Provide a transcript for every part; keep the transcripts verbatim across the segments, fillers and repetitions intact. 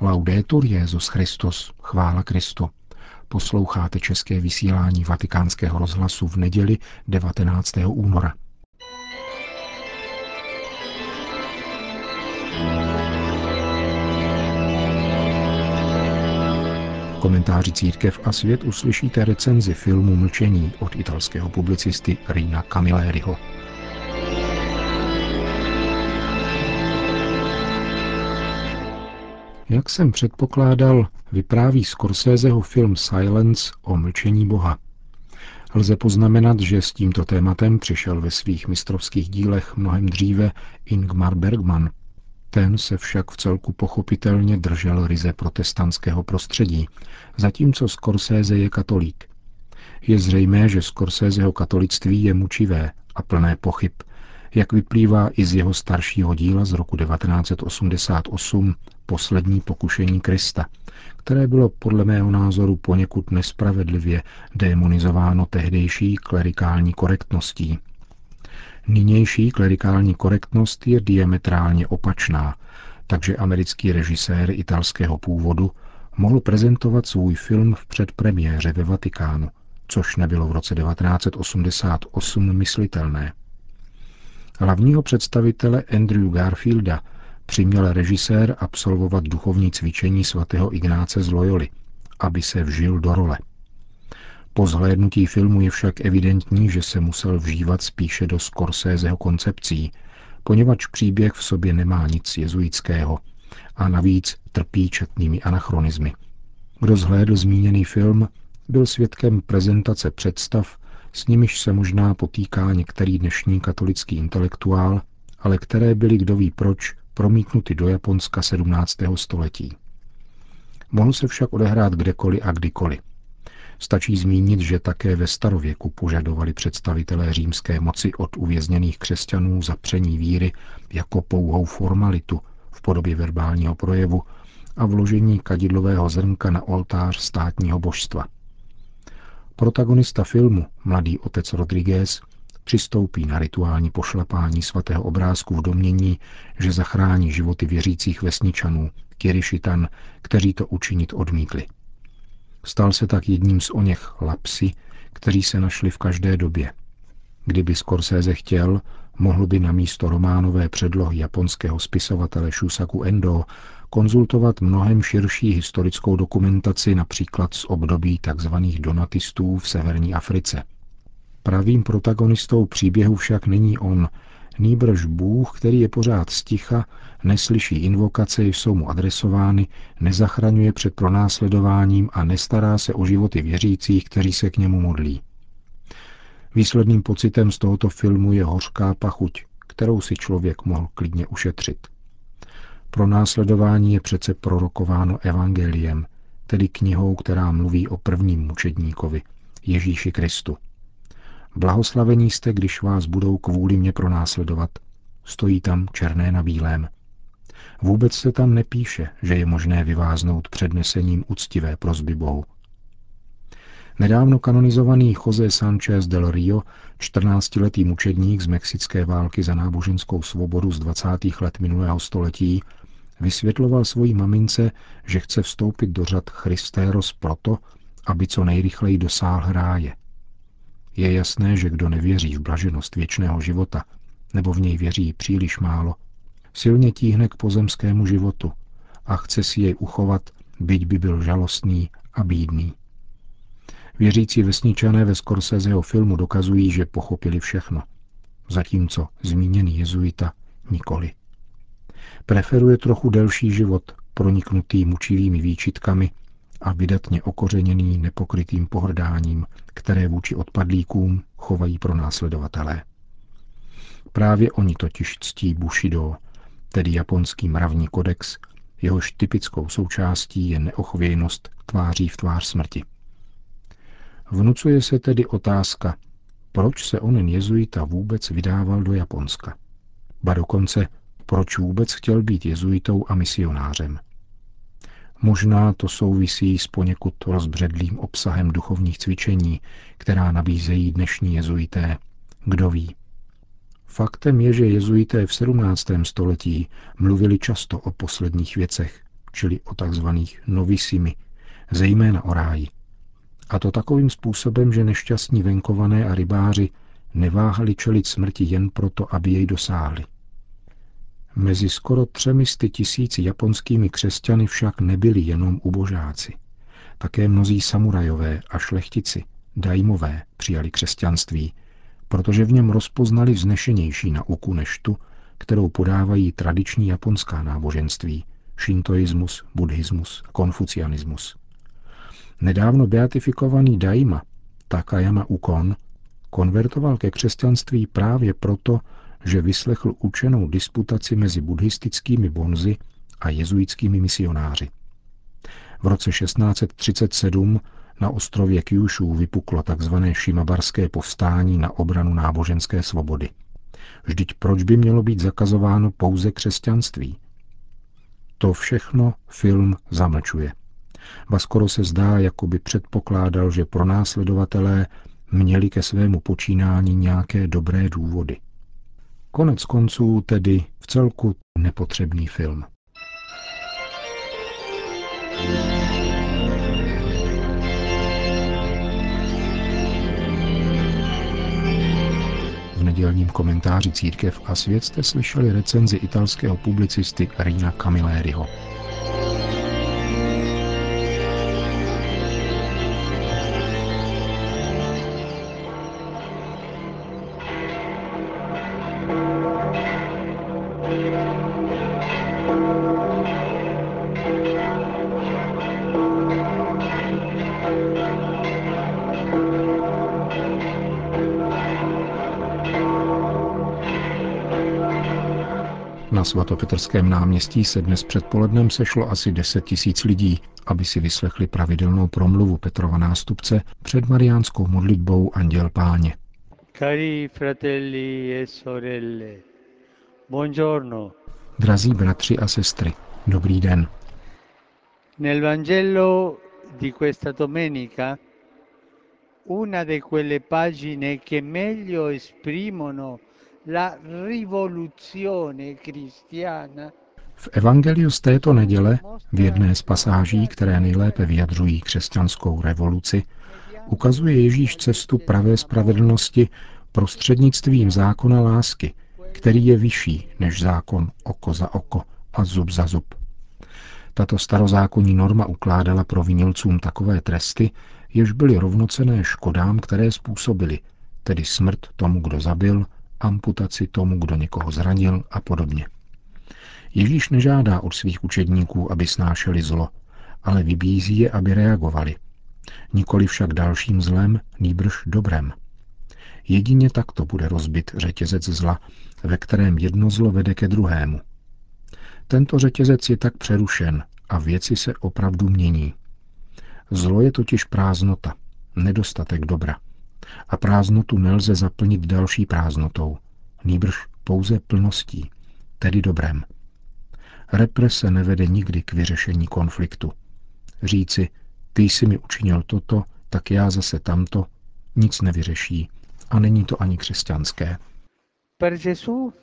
Laudetur Jesus Christus, chvála Kristu. Posloucháte české vysílání Vatikánského rozhlasu v neděli devatenáctého února. V komentáři Církev a svět uslyšíte recenzi filmu Mlčení od italského publicisty Rina Camilleriho. Jak jsem předpokládal, vypráví Scorseseho film Silence o mlčení Boha. Lze poznamenat, že s tímto tématem přišel ve svých mistrovských dílech mnohem dříve Ingmar Bergman. Ten se však vcelku pochopitelně držel ryze protestantského prostředí, zatímco Scorsese je katolík. Je zřejmé, že Scorseseho katolictví je mučivé a plné pochyb, jak vyplývá i z jeho staršího díla z roku devatenáct set osmdesát osm Poslední pokušení Krista, které bylo podle mého názoru poněkud nespravedlivě démonizováno tehdejší klerikální korektností. Nynější klerikální korektnost je diametrálně opačná, takže americký režisér italského původu mohl prezentovat svůj film v předpremiéře ve Vatikánu, což nebylo v roce devatenáct set osmdesát osm myslitelné. Hlavního představitele Andrew Garfielda přiměl režisér absolvovat duchovní cvičení svatého Ignáce z Loyoly, aby se vžil do role. Po zhlédnutí filmu je však evidentní, že se musel vžívat spíše do Scorseseho koncepcí, poněvadž příběh v sobě nemá nic jezuitského a navíc trpí četnými anachronismy. Kdo zhlédl zmíněný film, byl svědkem prezentace představ, s nimiž se možná potýká některý dnešní katolický intelektuál, ale které byly kdo ví proč promítnuty do Japonska sedmnáctého století. Mohl se však odehrát kdekoliv a kdykoliv. Stačí zmínit, že také ve starověku požadovali představitelé římské moci od uvězněných křesťanů zapření víry jako pouhou formalitu v podobě verbálního projevu a vložení kadidlového zrnka na oltář státního božstva. Protagonista filmu, mladý otec Rodriguez, přistoupí na rituální pošlapání svatého obrázku v domnění, že zachrání životy věřících vesničanů, Kirišitan, kteří to učinit odmítli. Stal se tak jedním z oněch lapsi, kteří se našli v každé době. Kdyby Scorsese chtěl, mohl by na místo románové předlohy japonského spisovatele Shusaku Endo konzultovat mnohem širší historickou dokumentaci například z období tzv. Donatistů v severní Africe. Pravým protagonistou příběhu však není on, nýbrž Bůh, který je pořád sticha, neslyší invokace, jsou mu adresovány, nezachraňuje před pronásledováním a nestará se o životy věřících, kteří se k němu modlí. Výsledným pocitem z tohoto filmu je hořká pachuť, kterou si člověk mohl klidně ušetřit. Pronásledování je přece prorokováno evangeliem, tedy knihou, která mluví o prvním mučedníkovi, Ježíši Kristu. Blahoslavení jste, když vás budou kvůli mě pronásledovat. Stojí tam černé na bílém. Vůbec se tam nepíše, že je možné vyváznout přednesením uctivé prosby Bohu. Nedávno kanonizovaný José Sanchez del Rio, čtrnáctiletý mučedník z mexické války za náboženskou svobodu z dvacátých let minulého století, vysvětloval svojí mamince, že chce vstoupit do řad Christéros proto, aby co nejrychleji dosáhl ráje. Je jasné, že kdo nevěří v blaženost věčného života, nebo v něj věří příliš málo, silně tíhne k pozemskému životu a chce si jej uchovat, byť by byl žalostný a bídný. Věřící vesničané ve Scorseseho filmu dokazují, že pochopili všechno, zatímco zmíněný jezuita nikoli. Preferuje trochu delší život, proniknutý mučivými výčitkami a vydatně okořeněný nepokrytým pohrdáním, které vůči odpadlíkům chovají pronásledovatelé. Právě oni totiž ctí Bushido, tedy japonský mravní kodex, jehož typickou součástí je neochvějnost tváří v tvář smrti. Vnucuje se tedy otázka, proč se onen jezuita vůbec vydával do Japonska. Ba dokonce, proč vůbec chtěl být jezuitou a misionářem. Možná to souvisí s poněkud rozbředlým obsahem duchovních cvičení, která nabízejí dnešní jezuité. Kdo ví? Faktem je, že jezuité v sedmnáctém století mluvili často o posledních věcech, čili o takzvaných novissimi, zejména o ráji. A to takovým způsobem, že nešťastní venkované a rybáři neváhali čelit smrti jen proto, aby jej dosáhli. Mezi skoro třemi sty tisíci japonskými křesťany však nebyli jenom ubožáci. Také mnozí samurajové a šlechtici, daimové, přijali křesťanství, protože v něm rozpoznali vznešenější nauku než tu, kterou podávají tradiční japonská náboženství, šintoismus, buddhismus a konfucianismus. Nedávno beatifikovaný daima Takayama Ukon konvertoval ke křesťanství právě proto, že vyslechl učenou disputaci mezi buddhistickými bonzy a jezuitskými misionáři. V roce šestnáct set třicet sedm na ostrově Kyushu vypuklo tzv. Šimabarské povstání na obranu náboženské svobody. Vždyť proč by mělo být zakazováno pouze křesťanství? To všechno film zamlčuje. Ba skoro se zdá, jako by předpokládal, že pronásledovatelé měli ke svému počínání nějaké dobré důvody. Konec konců tedy vcelku nepotřebný film. V nedělním komentáři Církev a svět jste slyšeli recenzi italského publicisty Rina Camilleriho. Na svatopetrském náměstí se dnes předpolednem sešlo asi deset tisíc lidí, aby si vyslechli pravidelnou promluvu Petrova nástupce před mariánskou modlitbou Anděl Páně. Cari fratelli e sorelle, buongiorno. Drazí bratři a sestry, dobrý den. Nel Vangelo di questa domenica, una di quelle pagine che meglio esprimono la rivoluzione cristiana. V evangeliu z této neděle, v jedné z pasáží, které nejlépe vyjadřují křesťanskou revoluci, ukazuje Ježíš cestu pravé spravedlnosti prostřednictvím zákona lásky, který je vyšší než zákon oko za oko a zub za zub. Tato starozákonní norma ukládala provinilcům takové tresty, jež byly rovnocenné škodám, které způsobili, tedy smrt tomu, kdo zabil, amputaci tomu, kdo někoho zranil a podobně. Ježíš nežádá od svých učedníků, aby snášeli zlo, ale vybízí je, aby reagovali. Nikoli však dalším zlem, nýbrž dobrem. Jedině takto bude rozbit řetězec zla, ve kterém jedno zlo vede ke druhému. Tento řetězec je tak přerušen a věci se opravdu mění. Zlo je totiž prázdnota, nedostatek dobra. A prázdnotu nelze zaplnit další prázdnotou, nýbrž pouze plností, tedy dobrem. Represe nevede nikdy k vyřešení konfliktu. Říci, ty jsi mi učinil toto, tak já zase tamto, nic nevyřeší a není to ani křesťanské. Per Gesù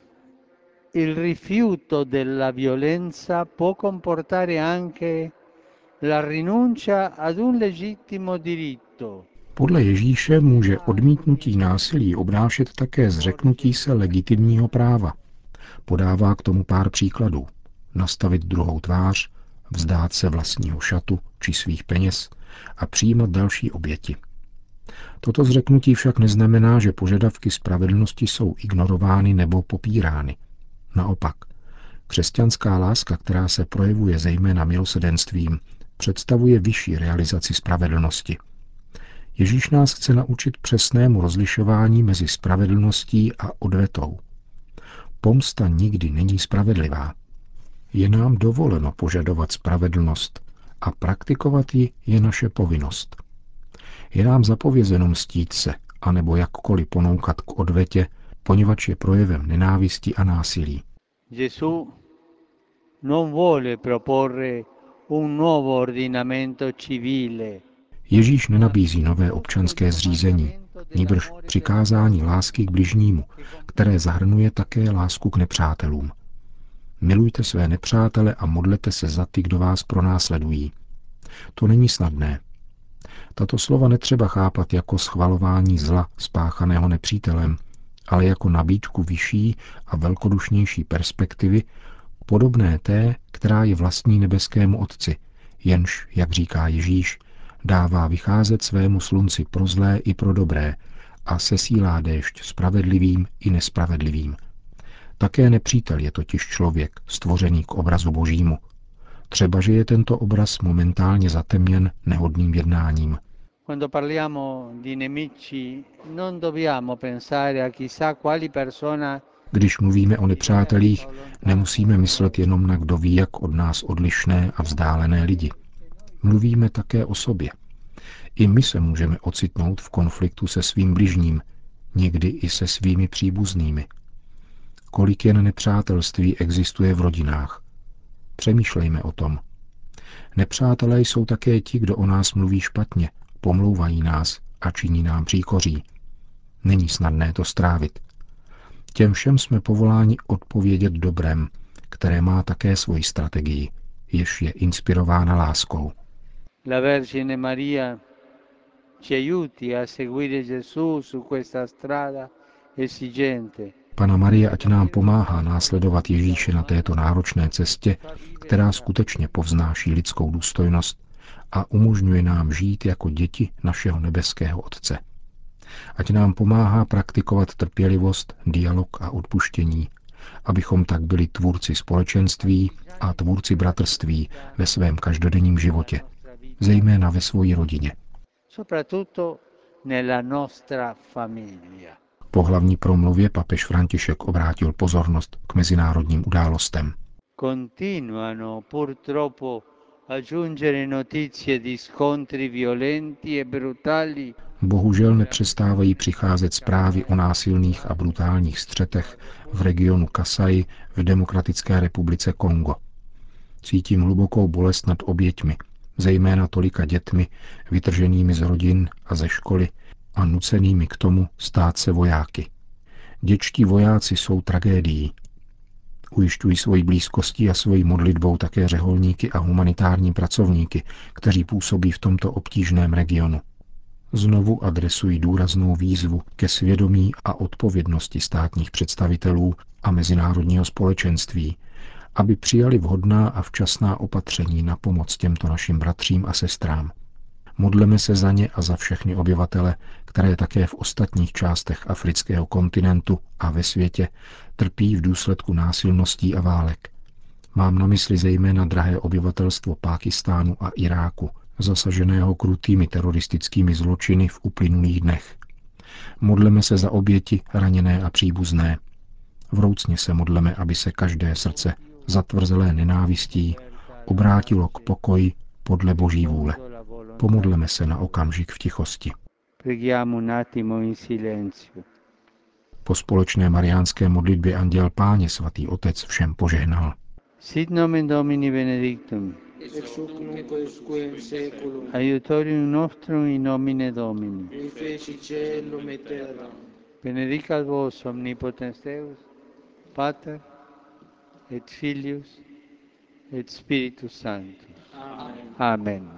il rifiuto della violenza può comportare anche la rinuncia ad un legittimo diritto. Podle Ježíše může odmítnutí násilí obnášet také zřeknutí se legitimního práva. Podává k tomu pár příkladů. Nastavit druhou tvář, vzdát se vlastního šatu či svých peněz a přijímat další oběti. Toto zřeknutí však neznamená, že požadavky spravedlnosti jsou ignorovány nebo popírány. Naopak, křesťanská láska, která se projevuje zejména milosrdenstvím, představuje vyšší realizaci spravedlnosti. Ježíš nás chce naučit přesnému rozlišování mezi spravedlností a odvetou. Pomsta nikdy není spravedlivá. Je nám dovoleno požadovat spravedlnost a praktikovat ji je naše povinnost. Je nám zapovězeno mstít se, anebo jakkoliv ponoukat k odvetě, poněvadž je projevem nenávisti a násilí. Gesù non vuole proporre un nuovo ordinamento civile. Ježíš nenabízí nové občanské zřízení, nýbrž přikázání lásky k bližnímu, které zahrnuje také lásku k nepřátelům. Milujte své nepřátele a modlete se za ty, kdo vás pronásledují. To není snadné. Tato slova netřeba chápat jako schvalování zla spáchaného nepřítelem, ale jako nabídku vyšší a velkodušnější perspektivy, podobné té, která je vlastní nebeskému Otci, jenž, jak říká Ježíš, dává vycházet svému slunci pro zlé i pro dobré a sesílá déšť spravedlivým i nespravedlivým. Také nepřítel je totiž člověk, stvořený k obrazu Božímu. Třeba, že je tento obraz momentálně zatemněn nehodným jednáním. Quando parliamo di nemici, non dobbiamo pensare a chissà quali persona. Když mluvíme o nepřátelích, nemusíme myslet jenom na kdo ví jak od nás odlišné a vzdálené lidi. Mluvíme také o sobě. I my se můžeme ocitnout v konfliktu se svým bližním, někdy i se svými příbuznými. Kolik jen nepřátelství existuje v rodinách. Přemýšlejme o tom. Nepřátelé jsou také ti, kdo o nás mluví špatně, pomlouvají nás a činí nám příkoří. Není snadné to strávit. Těm všem jsme povoláni odpovědět dobrem, které má také svoji strategii, jež je inspirována láskou. La Vergine Maria ci aiuti a seguire Gesù su questa strada esigente. Panna Marie ať nám pomáhá následovat Ježíše na této náročné cestě, která skutečně povznáší lidskou důstojnost a umožňuje nám žít jako děti našeho nebeského Otce. Ať nám pomáhá praktikovat trpělivost, dialog a odpuštění, abychom tak byli tvůrci společenství a tvůrci bratrství ve svém každodenním životě, zejména ve své rodině. Po hlavní promluvě papež František obrátil pozornost k mezinárodním událostem. Continuano purtroppo a giungere notizie di scontri violenti e brutali. Bohužel nepřestávají přicházet zprávy o násilných a brutálních střetech v regionu Kasai v Demokratické republice Kongo. Cítím hlubokou bolest nad oběťmi, zejména tolika dětmi, vytrženými z rodin a ze školy a nucenými k tomu stát se vojáky. Dětští vojáci jsou tragédií. Ujišťují svojí blízkostí a svojí modlitbou také řeholníky a humanitární pracovníky, kteří působí v tomto obtížném regionu. Znovu adresují důraznou výzvu ke svědomí a odpovědnosti státních představitelů a mezinárodního společenství, aby přijali vhodná a včasná opatření na pomoc těmto našim bratřím a sestrám. Modleme se za ně a za všechny obyvatele, které také v ostatních částech afrického kontinentu a ve světě trpí v důsledku násilností a válek. Mám na mysli zejména drahé obyvatelstvo Pákistánu a Iráku, zasaženého krutými teroristickými zločiny v uplynulých dnech. Modleme se za oběti, raněné a příbuzné. Vroucně se modleme, aby se každé srdce, zatvrzelé nenávistí, obrátilo k pokoji podle Boží vůle. Pomodleme se na okamžik v tichosti. Po společné mariánské modlitbě Anděl Páně svatý Otec všem požehnal. Sit nomen Domini benedictum. Ex hoc nunc usque in seculum. Aiutorium nostrum in nomine Domini. Qui feci caelum et terram. Benedicat vos omnipotens Deus, Pater et Filius et Spiritus Sanctus. Amen. Amen.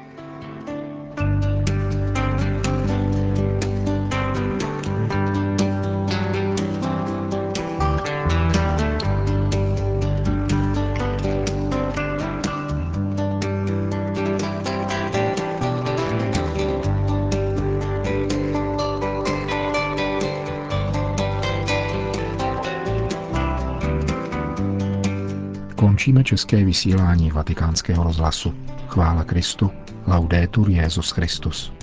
Končíme české vysílání Vatikánského rozhlasu. Chvála Kristu, laudetur Jesus Christus.